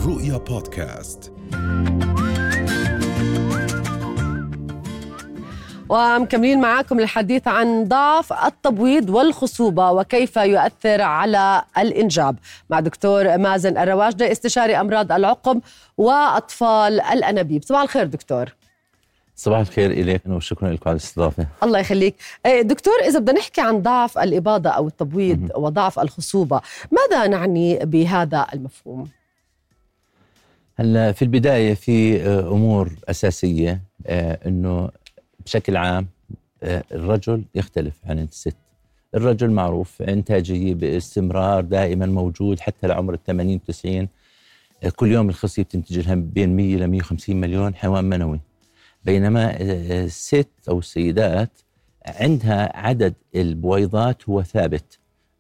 رؤيا بودكاست. ومكملين معاكم الحديث عن ضعف التبويض والخصوبة وكيف يؤثر على الإنجاب مع دكتور مازن الرواجدة، استشاري أمراض العقم وأطفال الأنابيب. صباح الخير دكتور. صباح الخير إليك وشكرا لكم على الاستضافة. الله يخليك دكتور. إذا بدنا نحكي عن ضعف الإباضة أو التبويض وضعف الخصوبة، ماذا نعني بهذا المفهوم؟ هلا في البداية في أمور أساسية، إنه بشكل عام الرجل يختلف عن الست. الرجل معروف إنتاجية باستمرار دائما موجود حتى لعمر 80-90. كل يوم الخصية بتنتج لها بين 100 ل 150 مليون حيوان منوي، بينما الست أو السيدات عندها عدد البويضات هو ثابت.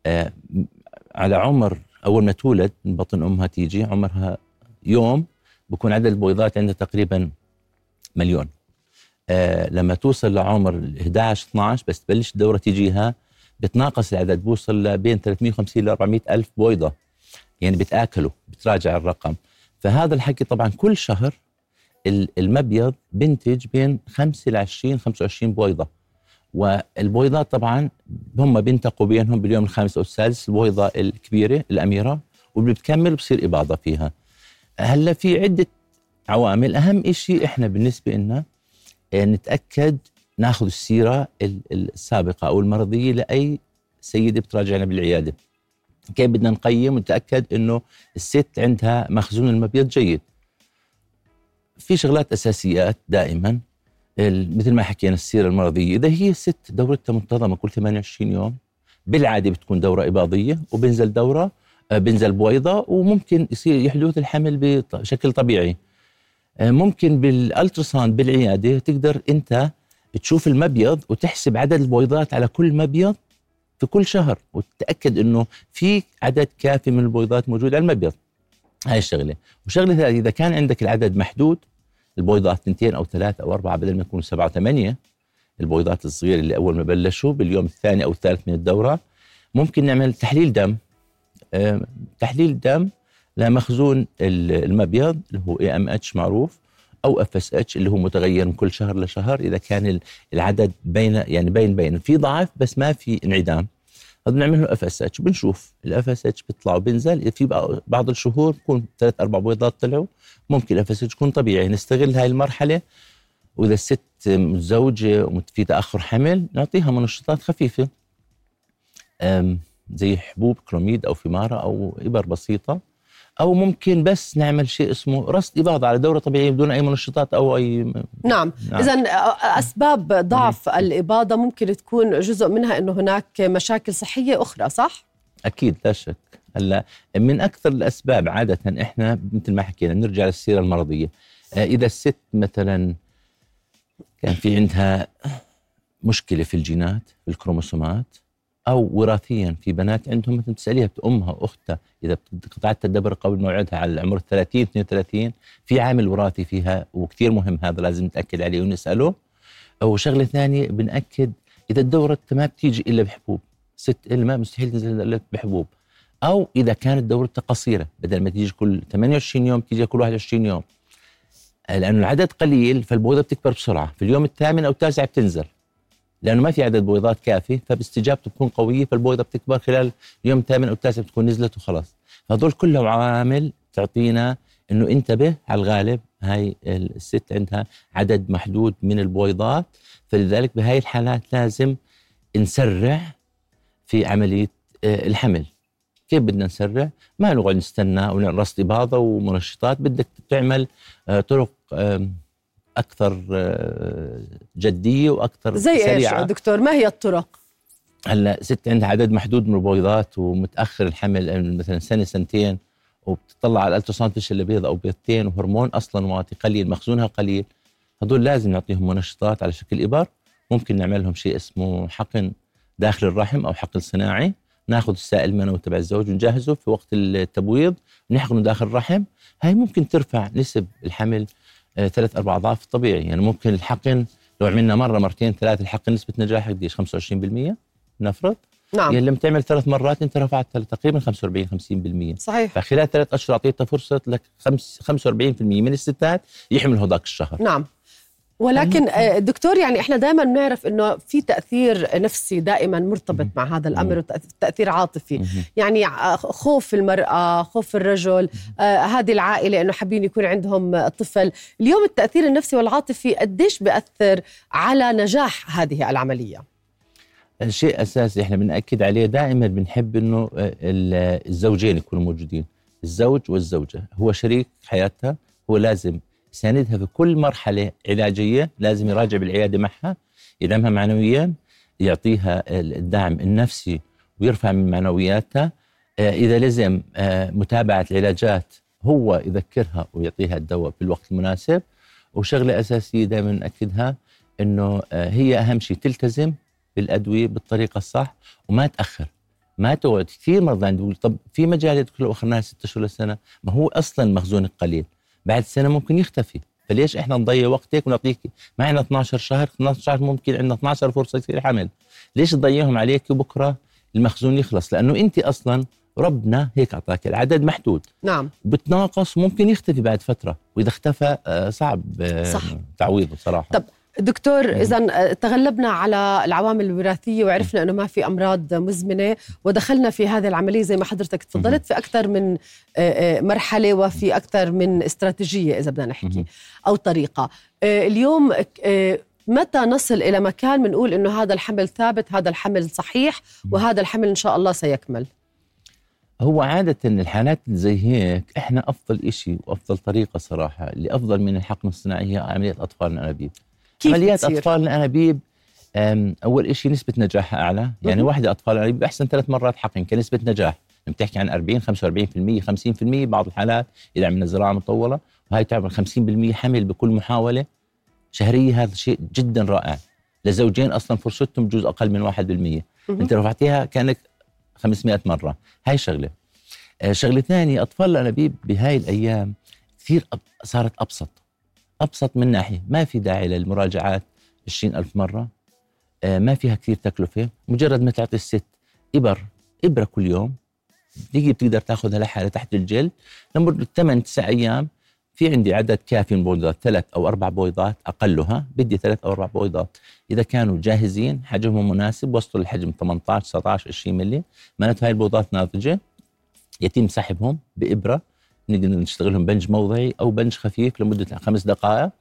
على عمر أول ما تولد من بطن أمها تيجي عمرها يوم بكون عدد البويضات عندها تقريبا مليون. لما توصل لعمر 11-12 بس تبلش الدورة تيجيها بتناقص العدد، بوصل لبين 350 ل 400 ألف بويضة، يعني بتآكلوا، بتراجع الرقم. فهذا الحكي طبعا كل شهر المبيض بنتج بين 5 ل 20-25 بويضة، والبويضات طبعا هم بينتقوا بينهم باليوم الخامس أو السادس البويضة الكبيرة الأميرة، وبتكمل بصير إباضة فيها. هلا في عدة عوامل، أهم إشي إحنا بالنسبة لنا نتأكد ناخذ السيرة السابقة أو المرضية لأي سيدة بتراجعنا بالعيادة. كيف بدنا نقيم ونتأكد إنه الست عندها مخزون المبيض جيد؟ في شغلات أساسيات دائما، مثل ما حكينا السيرة المرضية. إذا هي الست دورتها منتظمة كل 28 يوم بالعادة بتكون دورة إباضية، وبنزل دورة بنزل بويضة، وممكن يصير يحدث الحمل بشكل طبيعي. ممكن بالالتراساوند بالعيادة تقدر أنت تشوف المبيض وتحسب عدد البويضات على كل مبيض في كل شهر، وتتأكد أنه في عدد كافي من البويضات موجود على المبيض. هاي الشغلة. وشغلة ثانية، إذا كان عندك العدد محدود، البويضات 2 أو 3 أو 4 بدل ما يكونوا 7 و8، البويضات الصغيرة اللي أول ما بلشوا باليوم الثاني أو الثالث من الدورة، ممكن نعمل تحليل دم. تحليل دم لمخزون المبيض اللي هو AMH معروف، أو FSH اللي هو متغير من كل شهر لشهر. إذا كان العدد بين في ضعف بس ما في انعدام، هذا بنعمل له FSH، بنشوف FSH بيطلع وبينزل. في بعض الشهور بكون 3-4 بويضات طلعوا، ممكن FSH يكون طبيعي، نستغل هاي المرحلة. وإذا الست متزوجة وفي تأخر حمل نعطيها منشطات خفيفة زي حبوب كروميد أو فيمارا أو إبر بسيطة، أو ممكن بس نعمل شيء اسمه رصد إباضة على دورة طبيعية بدون أي منشطات أو أي نعم. إذن أسباب ضعف الإباضة ممكن تكون جزء منها أنه هناك مشاكل صحية أخرى، صح؟ أكيد لا شك. هلا من أكثر الأسباب عادة إحنا مثل ما حكينا نرجع للسيرة المرضية. إذا الست مثلا كان في عندها مشكلة في الجينات في الكروموسومات، أو وراثيا في بنات عندهم مثل تسأليها أمها وأختها إذا قطعت الدبر قبل موعدها على عمر 30-32، في عامل وراثي فيها وكتير مهم، هذا لازم نتأكد عليه ونسأله. أو شغلة ثانية بنأكد إذا الدورة ما بتيجي إلا بحبوب، ست إلما مستحيل تنزل إلا بحبوب. أو إذا كانت دورتها قصيرة بدل ما تيجي كل 28 يوم تيجي كل 21 يوم، لأنه العدد قليل فالبويضة بتكبر بسرعة، في اليوم 8 أو 9 بتنزل، لأنه ما في عدد بويضات كافي، فباستجابته بتكون قوية، فالبويضة بتكبر خلال اليوم 8 أو 9 بتكون نزلت وخلاص. فهذول كلهم عوامل تعطينا إنه انتبه. على الغالب هاي الست عندها عدد محدود من البويضات، فلذلك بهاي الحالات لازم نسرع في عملية الحمل. كيف بدنا نسرع؟ ما نقعد نستنى ونرصد إباضة ومنشطات، بدك تعمل طرق أكثر جدية وأكثر زي سريعة. إيش دكتور؟ ما هي الطرق؟ هلا ست عندها عدد محدود من البويضات ومتأخر الحمل مثلا 1-2، وبتطلع على الالتراساوند فيش إلا بيضة أو بيضتين، وهرمون أصلا واطي قليل، مخزونها قليل، هذول لازم نعطيهم منشطات على شكل إبر. ممكن نعمل لهم شيء اسمه حقن داخل الرحم أو حقن صناعي، ناخذ السائل المنوي تبع الزوج ونجهزه في وقت التبويض ونحقنه داخل الرحم. هاي ممكن ترفع نسب الحمل 3-4 أضعاف الطبيعي. يعني ممكن الحقن لو عملنا مرة 2-3 الحقن نسبة نجاح قديش 25% نفرض، نعم. يعني لما تعمل 3 مرات أنت رفعت تقريبا 45-50%. صحيح. فخلال 3 أشهر أعطيتها فرصة لك 45% من الستات يحملوا هذاك الشهر. نعم. ولكن دكتور يعني احنا دائما بنعرف انه في تاثير نفسي دائما مرتبط مع هذا الامر، وتاثير عاطفي. يعني خوف المراه، خوف الرجل، هذه العائله انه حابين يكون عندهم طفل. اليوم التاثير النفسي والعاطفي قديش بياثر على نجاح هذه العمليه؟ شيء اساسي احنا بنأكد عليه دائما، بنحب انه الزوجين يكونوا موجودين. الزوج والزوجه هو شريك حياتها، هو لازم يساندها في كل مرحلة علاجية، لازم يراجع بالعيادة معها، يدعمها معنويا، يعطيها الدعم النفسي ويرفع من معنوياتها. إذا لزم متابعة العلاجات هو يذكرها ويعطيها الدواء في الوقت المناسب. وشغلة أساسية دائما نأكدها إنه هي أهم شيء تلتزم بالأدوية بالطريقة الصح وما تأخر، ما تقعد. كثير مرضى يقول طب في مجال يدخل لو أخرناها 6 أشهر لسنة، ما هو أصلا مخزونك قليل، بعد سنة ممكن يختفي. فليش إحنا نضيع وقتك ونعطيك معنا 12 شهر 12 شهر ممكن عندنا 12 فرصة يصير حمل، ليش تضيعهم عليك وبكرة المخزون يخلص؟ لأنه أنت أصلا ربنا هيك أعطاك العدد محدود. نعم. بتناقص ممكن يختفي بعد فترة، وإذا اختفى صعب تعويضه صراحة. طب دكتور، إذا تغلبنا على العوامل الوراثية وعرفنا أنه ما في أمراض مزمنة ودخلنا في هذه العملية زي ما حضرتك تفضلت في أكثر من مرحلة وفي أكثر من استراتيجية إذا بدنا نحكي أو طريقة، اليوم متى نصل إلى مكان منقول أنه هذا الحمل ثابت، هذا الحمل صحيح، وهذا الحمل إن شاء الله سيكمل؟ هو عادة الحالات زي هيك إحنا أفضل إشي وأفضل طريقة صراحة اللي أفضل من الحقن الصناعي هي عملية أطفال الأنابيب. عمليات أطفال الأنابيب أول إشي نسبة نجاحها أعلى، يعني واحدة أطفال الأنابيب أحسن 3 مرات حقن كنسبة نجاح. بتحكي عن 40 45% 50%، بعض الحالات إذا عملنا زراعة مطولة وهي تعمل 50% حمل بكل محاولة شهرية. هذا شيء جدا رائع لزوجين أصلا فرصتهم بجوز أقل من 1%. أنت رفعتيها كانك 500 مرة. هاي شغلة. شغلة ثانية، أطفال الأنابيب بهاي الأيام كثير صارت أبسط من ناحية ما في داعي للمراجعات 20,000 مرة، ما فيها كثير تكلفة. مجرد ما تعطي الست إبرة كل يوم بتقدر تاخذها لحالة تحت الجلد لمدة 8-9 أيام. في عندي عدد كافي من بويضات، 3 أو 4 بويضات أقلها، بدي 3 أو 4 بويضات. إذا كانوا جاهزين حجمهم مناسب وصلوا للحجم 18 19 20 ملي، معناته هاي البويضات ناضجة، يتم سحبهم بإبرة، نقدر نشتغلهم بنج موضعي أو بنج خفيف لمدة 5 دقائق.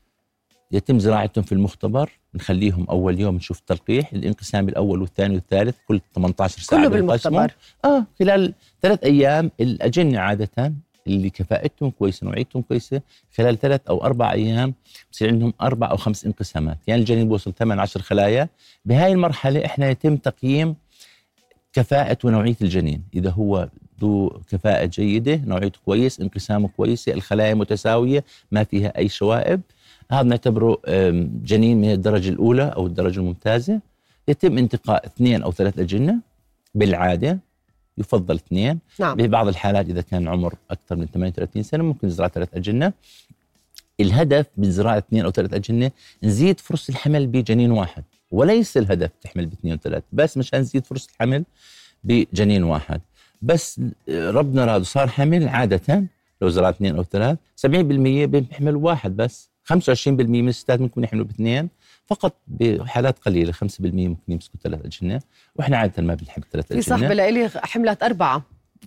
يتم زراعتهم في المختبر، نخليهم أول يوم نشوف تلقيح الانقسام الأول والثاني والثالث كل 18 ساعة كله بالمختبر. خلال 3 أيام الأجنة عادة اللي كفاءتهم كويسة نوعيتهم كويسة، خلال 3 أو 4 أيام بصير عندهم 4 أو 5 انقسامات، يعني الجنين بوصل 8-10 خلايا. بهاي المرحلة إحنا يتم تقييم كفاءة ونوعية الجنين، إذا هو ذو كفاءة جيدة، نوعيته كويس، انقسامه كويسة، الخلايا متساوية ما فيها أي شوائب، هذا نعتبره جنين من الدرجة الأولى أو الدرجة الممتازة. يتم انتقاء 2 أو 3 أجنة بالعادة، يفضل 2. نعم. ببعض الحالات إذا كان عمر أكثر من 38 سنة ممكن نزرع 3 أجنة. الهدف من زراعة 2 أو 3 أجنة نزيد فرصة الحمل بجنين واحد، وليس الهدف تحمل ب2 و3، بس مشان نزيد فرصة الحمل بجنين واحد. بس ربنا راد صار حمل عادة لو زرعت 2 أو 3 70% بيحملوا واحد بس، 25% من الستات ممكن يحملوا ب2 فقط، بحالات قليلة 5% ممكن يمسكوا 3 أجنة، وإحنا عادة ما بنحب 3 أجنة. في صاحبة لإلي حملت 4.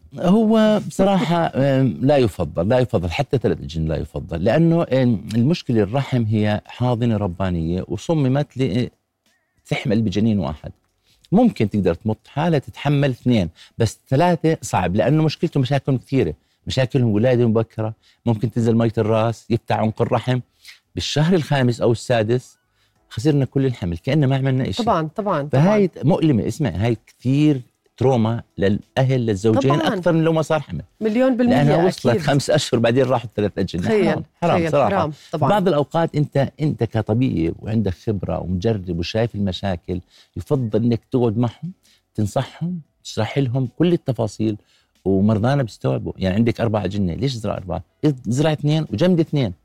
هو بصراحة لا يفضل حتى 3 أجنة لا يفضل، لأنه المشكلة الرحم هي حاضنة ربانية وصممت تحمل بجنين واحد. ممكن تقدر تمط حالة تتحمل 2، بس 3 صعب، لأنه مشكلته مشاكل كثيرة، مشاكلهم ولادة مبكرة، ممكن تنزل مية الراس، يفتح عنق الرحم. بالشهر الخامس أو السادس خسرنا كل الحمل، كأننا ما عملنا إشي. طبعا. فهاي مؤلمة. اسمع، هاي كثير تروما للأهل للزوجين طبعاً. أكثر من لو ما صار حمل، 100%. لأنها وصلت 5 أشهر بعدين راحوا 3 أجنة. حرام صراحة. حرام طبعا. بعض الأوقات أنت كطبيب وعندك خبرة ومجرب وشايف المشاكل، يفضل إنك تقعد معهم تنصحهم تشرح لهم كل التفاصيل، ومرضانا بيستوعبوا. يعني عندك 4 أجنة، ليش زرع 4؟ زرع 2 وجمد 2،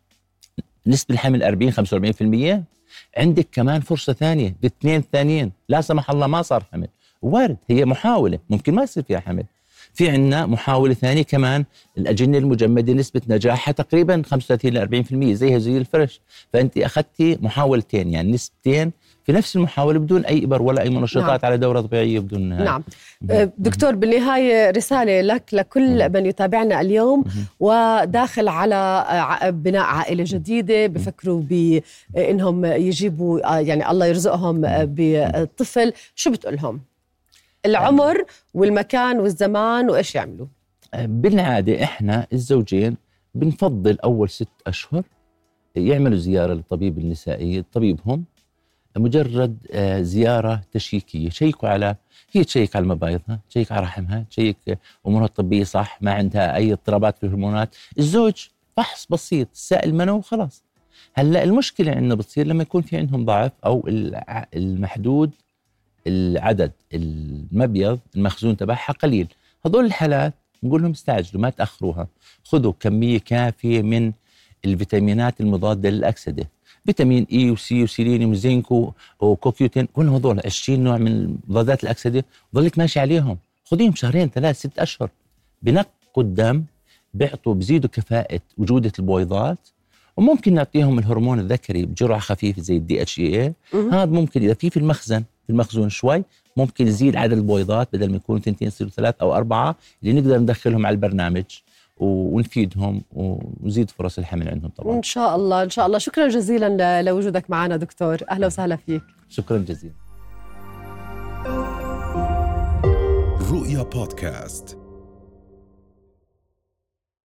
نسبة الحمل 40-45%. عندك كمان فرصة ثانية ب2 ثانيين لا سمح الله ما صار حمل وارد، هي محاولة ممكن ما يصير فيها حمل. في عنا محاولة ثانية كمان، الأجنة المجمدة نسبة نجاحها تقريبا 35 ل 40%، زيها زي الفرش. فأنت أخذتي محاولتين، يعني نسبتين في نفس المحاولة بدون أي إبر ولا أي منشطات. نعم. على دورة طبيعية بدون. نعم. دكتور، بالنهاية رسالة لك لكل من يتابعنا اليوم وداخل على بناء عائلة جديدة، بفكروا بأنهم يجيبوا يعني الله يرزقهم بطفل، شو بتقولهم؟ العمر والمكان والزمان وإيش يعملوا؟ بالعادة إحنا الزوجين بنفضل أول 6 أشهر يعملوا زيارة للطبيب النسائي، طبيبهم، مجرد زيارة تشيكية، هي تشيك على مبايضها، تشيك على رحمها، تشيك أمورها الطبية صح، ما عندها أي اضطرابات في الهرمونات. الزوج فحص بسيط، سائل منوي وخلاص. هلأ المشكلة عندنا بتصير لما يكون في عندهم ضعف أو المحدود العدد المبيض المخزون تبعها قليل. هذول الحالات نقول لهم استعجلوا، ما تأخروها، خذوا كمية كافية من الفيتامينات المضادة للأكسدة، فيتامين إي وسي وسيلينيوم وزنك وكوكيوتين، كل هذول 20 نوع من مضادات الأكسدة، ضلك ماشي عليهم، خذيهم 2 3 6 أشهر، بنقوا الدم، بيزيدوا كفاءة وجودة البويضات. وممكن نعطيهم الهرمون الذكري بجرعة خفيفة زي DHEA. هذا ممكن إذا في المخزون شوي، ممكن يزيد عدد البويضات، بدل ما يكون 2 يصيروا 3 أو 4، اللي نقدر ندخلهم على البرنامج ونفيدهم ونزيد فرص الحمل عندهم طبعا. إن شاء الله إن شاء الله. شكرا جزيلا لوجودك معنا دكتور، أهلا وسهلا فيك. شكرا جزيلا. رؤيا بودكاست.